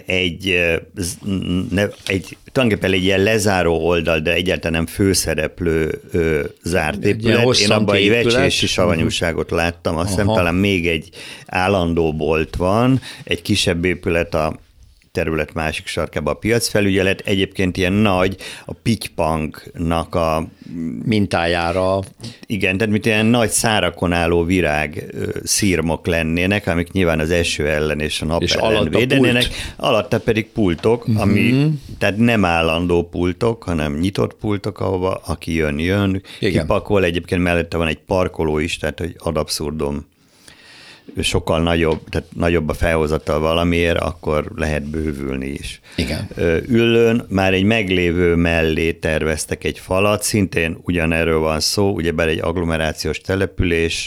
tulajdonképpen egy ilyen lezáró oldal, de egyáltalán nem főszereplő zárt épület. Én abban egy vecsési savanyúságot láttam, azt hiszem talán még egy állandó bolt van, egy kisebb épület a terület másik sarkában a piacfelügyelet, egyébként ilyen nagy, a Pitypanknak a mintájára. Igen, tehát mint ilyen nagy szárakon álló virág szírmok lennének, amik nyilván az eső ellen és a nap és ellen védenének. Alatta pedig pultok, ami tehát nem állandó pultok, hanem nyitott pultok, ahova aki jön, kipakol, egyébként mellette van egy parkoló is, tehát hogy ad abszurdum sokkal nagyobb, tehát nagyobb a felhozatal valamiért, akkor lehet bővülni is. Igen. Üllőn már egy meglévő mellé terveztek egy falat, szintén ugyanerről van szó, ugyebár egy agglomerációs település,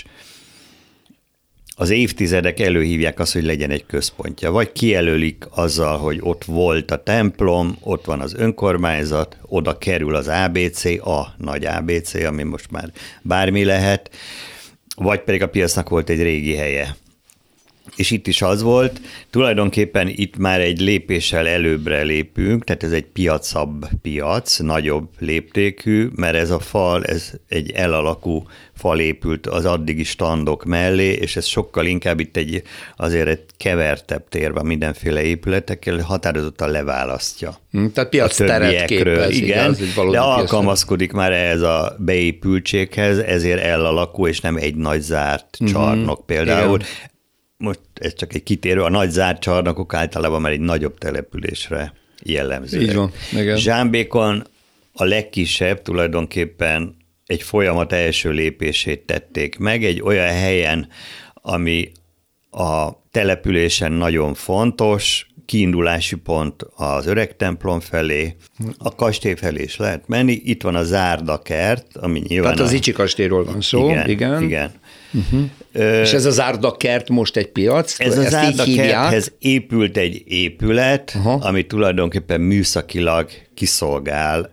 az évtizedek előhívják azt, hogy legyen egy központja, vagy kijelölik azzal, hogy ott volt a templom, ott van az önkormányzat, oda kerül az ABC, a nagy ABC, ami most már bármi lehet, vagy pedig a piacnak volt egy régi helye. És itt is az volt, tulajdonképpen itt már egy lépéssel előbbre lépünk, tehát ez egy piacabb piac, nagyobb léptékű, mert ez a fal, ez egy L-alakú fal épült az addigi standok mellé, és ez sokkal inkább itt azért egy kevertebb tér van mindenféle épületekkel, határozottan leválasztja. Tehát piacteret képez. Igen, de alkalmazkodik már ehhez a beépültséghez, ezért L-alakú, és nem egy nagy zárt csarnok például. Igen. Most ez csak egy kitérő, a nagy zárt csarnokok általában már egy nagyobb településre jellemzőek. Így van, igen. Zsámbékon a legkisebb tulajdonképpen egy folyamat első lépését tették meg, egy olyan helyen, ami a településen nagyon fontos, kiindulási pont az öreg templom felé, a kastély felé is lehet menni, itt van a Zárdakert, ami nyilván... Tehát az Icsi kastélyról van szó. Igen. És ez a Zárdakert most egy piac? Ez a Zárdakerthez épült egy épület, ami tulajdonképpen műszakilag kiszolgálná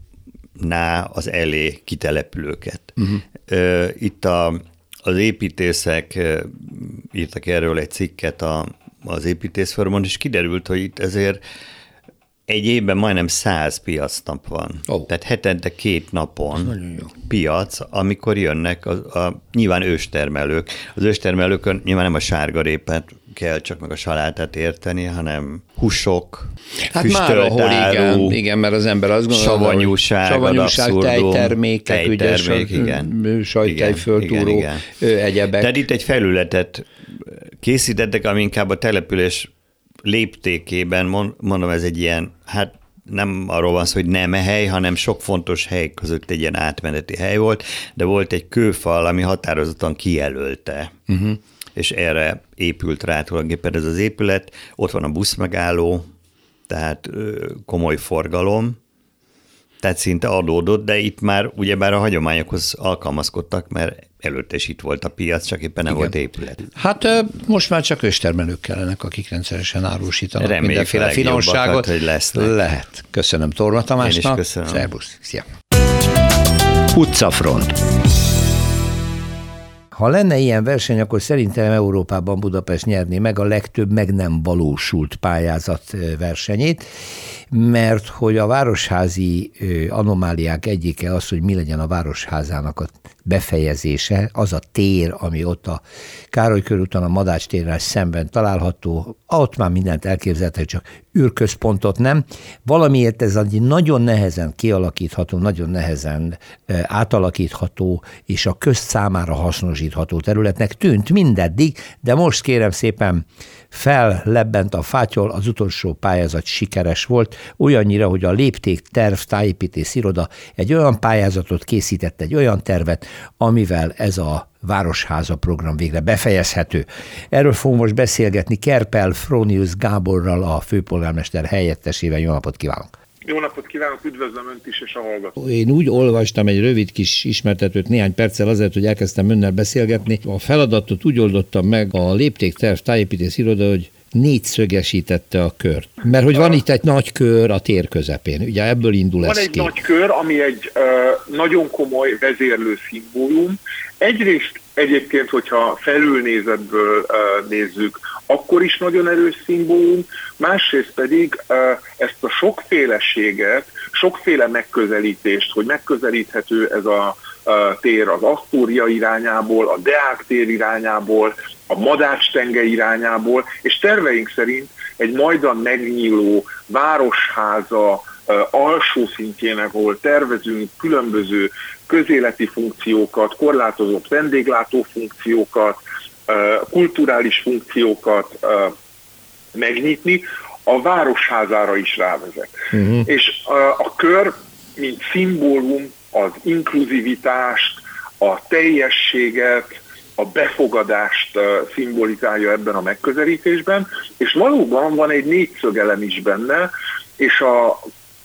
az elé kitelepülőket. Itt az építészek írtak erről egy cikket az építészforumon, és kiderült, hogy itt ezért egy évben majdnem 100 piacnap van. Tehát hetente 2 napon piac, amikor jönnek nyilván őstermelők. Az őstermelőkön nyilván nem a sárgarépát kell csak meg a salátát érteni, hanem húsok, hát már ahol igen, mert az ember azt gondolja, savanyúság, tejtermékek, sajttejföltúró, egyebek. Tehát itt egy felületet készítettek, ami inkább a település léptékében, mondom, ez egy ilyen, hát nem arról van szó, hogy nem hely, hanem sok fontos hely között egy ilyen átmeneti hely volt, de volt egy kőfal, ami határozottan kijelölte, és erre épült rá tulajdonképpen ez az épület. Ott van a buszmegálló, tehát komoly forgalom, tehát szinte adódott, de itt már ugyebár a hagyományokhoz alkalmazkodtak, mert előtte is itt volt a piac, csak éppen nem volt épület. Hát most már csak őstermelők kellenek, akik rendszeresen árusítanak mindenféle finomságot. Hogy lesznek. Lehet. Köszönöm Torma Tamásnak. Én is köszönöm. Szerbusz. Szia. Utcafront. Ha lenne ilyen verseny, akkor szerintem Európában Budapest nyerné meg a legtöbb meg nem valósult pályázat versenyét, mert hogy a városházi anomáliák egyike az, hogy mi legyen a városházának a befejezése, az a tér, ami ott a Károly körúton, a Madács térrel szemben található, ott már mindent elképzelhető, csak űrközpontot nem. Valamiért ez egy nagyon nehezen kialakítható, nagyon nehezen átalakítható, és a közt számára hasznosítható területnek tűnt mindeddig, de most kérem szépen fellebbent a fátyol, az utolsó pályázat sikeres volt, olyannyira, hogy a Lépték Terv Tájépítész Iroda egy olyan pályázatot készített, egy olyan tervet, amivel ez a Városháza program végre befejezhető. Erről fogunk most beszélgetni Kerpel Fronius Gáborral, a főpolgármester helyettesével. Jó napot kívánok! Jó napot kívánok, üdvözlöm Önt is és a hallgatót. Én úgy olvastam egy rövid kis ismertetőt néhány perccel azért, hogy elkezdtem önnel beszélgetni. A feladatot úgy oldottam meg a Lépték Terv Tájépítész Iroda, hogy négyszögesítette a kört. Mert hogy van itt egy nagy kör a tér közepén, ugye ebből indul ez ki. Van egy nagy kör, ami egy nagyon komoly vezérlő szimbólum. Egyrészt egyébként, hogyha felülnézetből nézzük, akkor is nagyon erős szimbólum, másrészt pedig ezt a sokféleséget, sokféle megközelítést, hogy megközelíthető ez a tér az Asztória irányából, a Deák tér irányából, a Madács-tenge irányából, és terveink szerint egy majdan megnyíló városháza alsó szintjén, ahol tervezünk különböző közéleti funkciókat, korlátozott vendéglátó funkciókat, kulturális funkciókat megnyitni, a városházára is rávezet. És a kör, mint szimbólum, az inkluzivitást, a teljességet, a befogadást szimbolizálja ebben a megközelítésben, és valóban van egy négyszögelem is benne, és a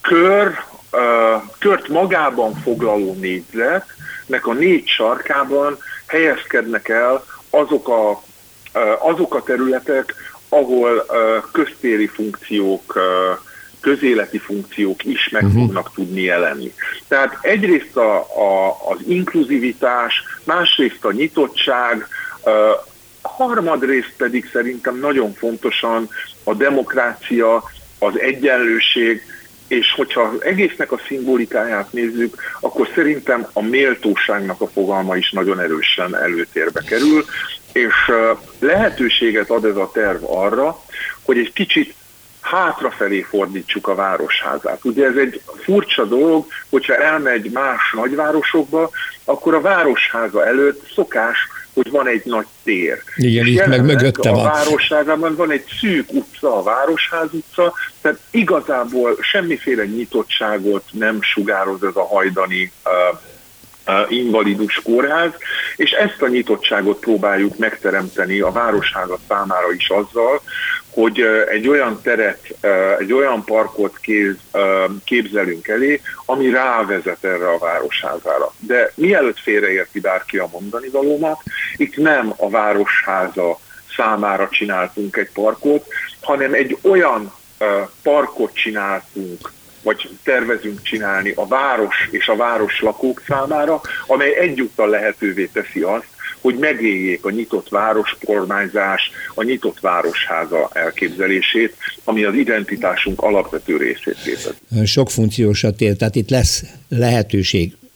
kört magában foglaló négyzetnek a négy sarkában helyezkednek el azok a területek, ahol köztéri funkciók, közéleti funkciók is meg fognak tudni jelenni. Tehát egyrészt az inkluzivitás, másrészt a nyitottság, harmadrészt pedig szerintem nagyon fontosan a demokrácia, az egyenlőség, és hogyha az egésznek a szimbolikáját nézzük, akkor szerintem a méltóságnak a fogalma is nagyon erősen előtérbe kerül, és lehetőséget ad ez a terv arra, hogy egy kicsit hátrafelé fordítsuk a városházát. Ugye ez egy furcsa dolog, hogyha elmegy más nagyvárosokba, akkor a városháza előtt szokás, hogy van egy nagy tér. Igen, itt meg mögötte van. A városházában van egy szűk utca, a Városház utca, tehát igazából semmiféle nyitottságot nem sugároz ez a hajdani invalidus kórház, és ezt a nyitottságot próbáljuk megteremteni a városházat számára is azzal, hogy egy olyan teret, egy olyan parkot képzelünk elé, ami rávezet erre a városházára. De mielőtt félreérti bárki a mondani valómat, itt nem a városháza számára csináltunk egy parkot, hanem egy olyan parkot csináltunk, vagy tervezünk csinálni a város és a város lakók számára, amely egyúttal lehetővé teszi azt, hogy megéljék a nyitott városkormányzás, a nyitott városháza elképzelését, ami az identitásunk alapvető részét képezi. Sok funkciós a tér, tehát itt lesz lehetőség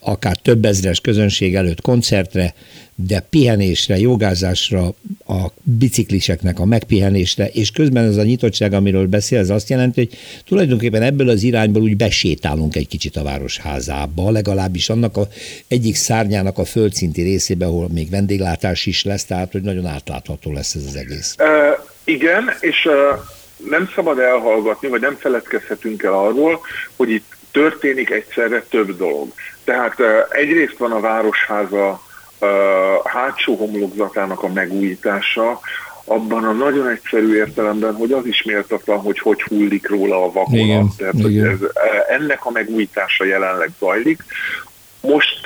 akár több ezres közönség előtt koncertre, de pihenésre, jogázásra, a bicikliseknek a megpihenésre, és közben ez a nyitottság, amiről beszél, ez azt jelenti, hogy tulajdonképpen ebből az irányból úgy besétálunk egy kicsit a Városházába, legalábbis annak egyik szárnyának a földszinti részébe, ahol még vendéglátás is lesz, tehát hogy nagyon átlátható lesz ez az egész. Igen, és nem szabad elhallgatni, vagy nem feledkezhetünk el arról, hogy itt történik egyszerre több dolog. Tehát egyrészt van a Városháza hátsó homlokzatának a megújítása, abban a nagyon egyszerű értelemben, hogy az is méltatlan, hogy hullik róla a vakonat. Tehát, hogy ennek a megújítása jelenleg zajlik. Most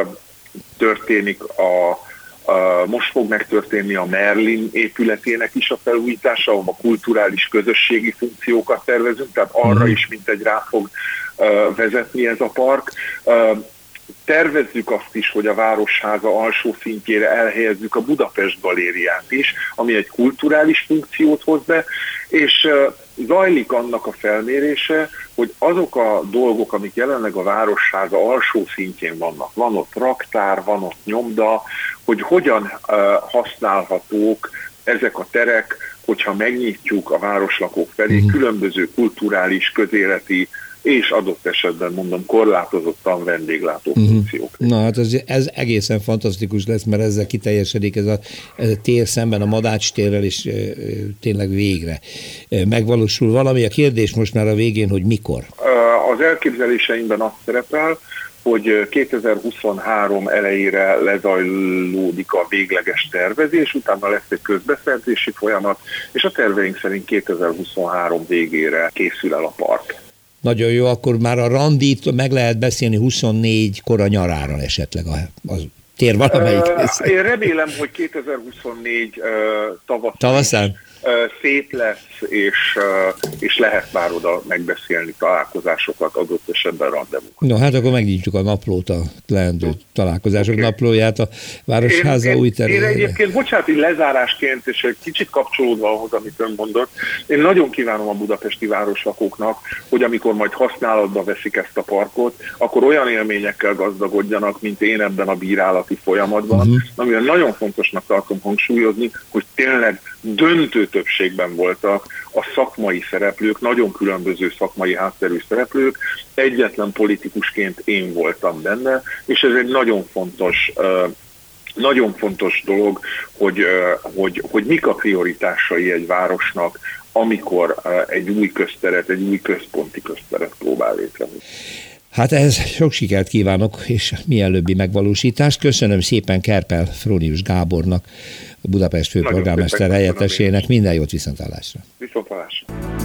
most fog megtörténni a Merlin épületének is a felújítása, ahol a kulturális közösségi funkciókat tervezünk, tehát arra is mintegy rá fog vezetni ez a park. Tervezzük azt is, hogy a Városháza alsó szintjére elhelyezzük a Budapest Galériát is, ami egy kulturális funkciót hoz be, és zajlik annak a felmérése, hogy azok a dolgok, amik jelenleg a Városháza alsó szintjén vannak, van ott raktár, van ott nyomda, hogy hogyan használhatók ezek a terek, hogyha megnyitjuk a városlakók felé különböző kulturális, közéleti és adott esetben, mondom, korlátozottan vendéglátó funkciók. Na hát ez egészen fantasztikus lesz, mert ezzel kiteljesedik ez a tér szemben a Madács térrel, és tényleg végre megvalósul valami. A kérdés most már a végén, hogy mikor? Az elképzeléseimben azt szerepel, hogy 2023 elejére lezajlódik a végleges tervezés, utána lesz egy közbeszerzési folyamat, és a terveink szerint 2023 végére készül el a park. Nagyon jó, akkor már a randit meg lehet beszélni 24 kora nyarára esetleg a tér valamelyik része. Én remélem, hogy 2024 tavaszán szép lesz, és lehet már oda megbeszélni találkozásokat, adott esetben randevúkat. No, hát akkor megnyitjuk a naplót, a leendő találkozások naplóját a Városháza új területére. Én egyébként, bocsánat, így lezárásként, és egy kicsit kapcsolódva ahhoz, amit ön mondott, én nagyon kívánom a budapesti városlakóknak, hogy amikor majd használatba veszik ezt a parkot, akkor olyan élményekkel gazdagodjanak, mint én ebben a bírálati folyamatban, amivel nagyon fontosnak tartom hangsúlyozni, hogy tényleg döntő többségben voltak a szakmai szereplők, nagyon különböző szakmai hátterű szereplők, egyetlen politikusként én voltam benne, és ez egy nagyon fontos dolog, hogy mik a prioritásai egy városnak, amikor egy új közteret, egy új központi közteret próbál létrehozni. Hát ehhez sok sikert kívánok, és mielőbbi megvalósítást. Köszönöm szépen Kerpel Frónius Gábornak, a Budapest főpolgármester helyettesének. Minden jót, viszonthallásra. Viszonthallásra.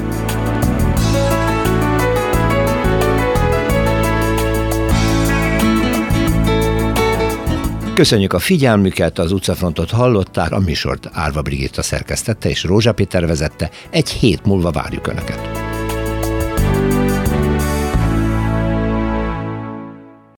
Köszönjük a figyelmüket, az utcafrontot hallották, a műsort Árva Brigitta szerkesztette és Rózsa Péter vezette. Egy hét múlva várjuk Önöket.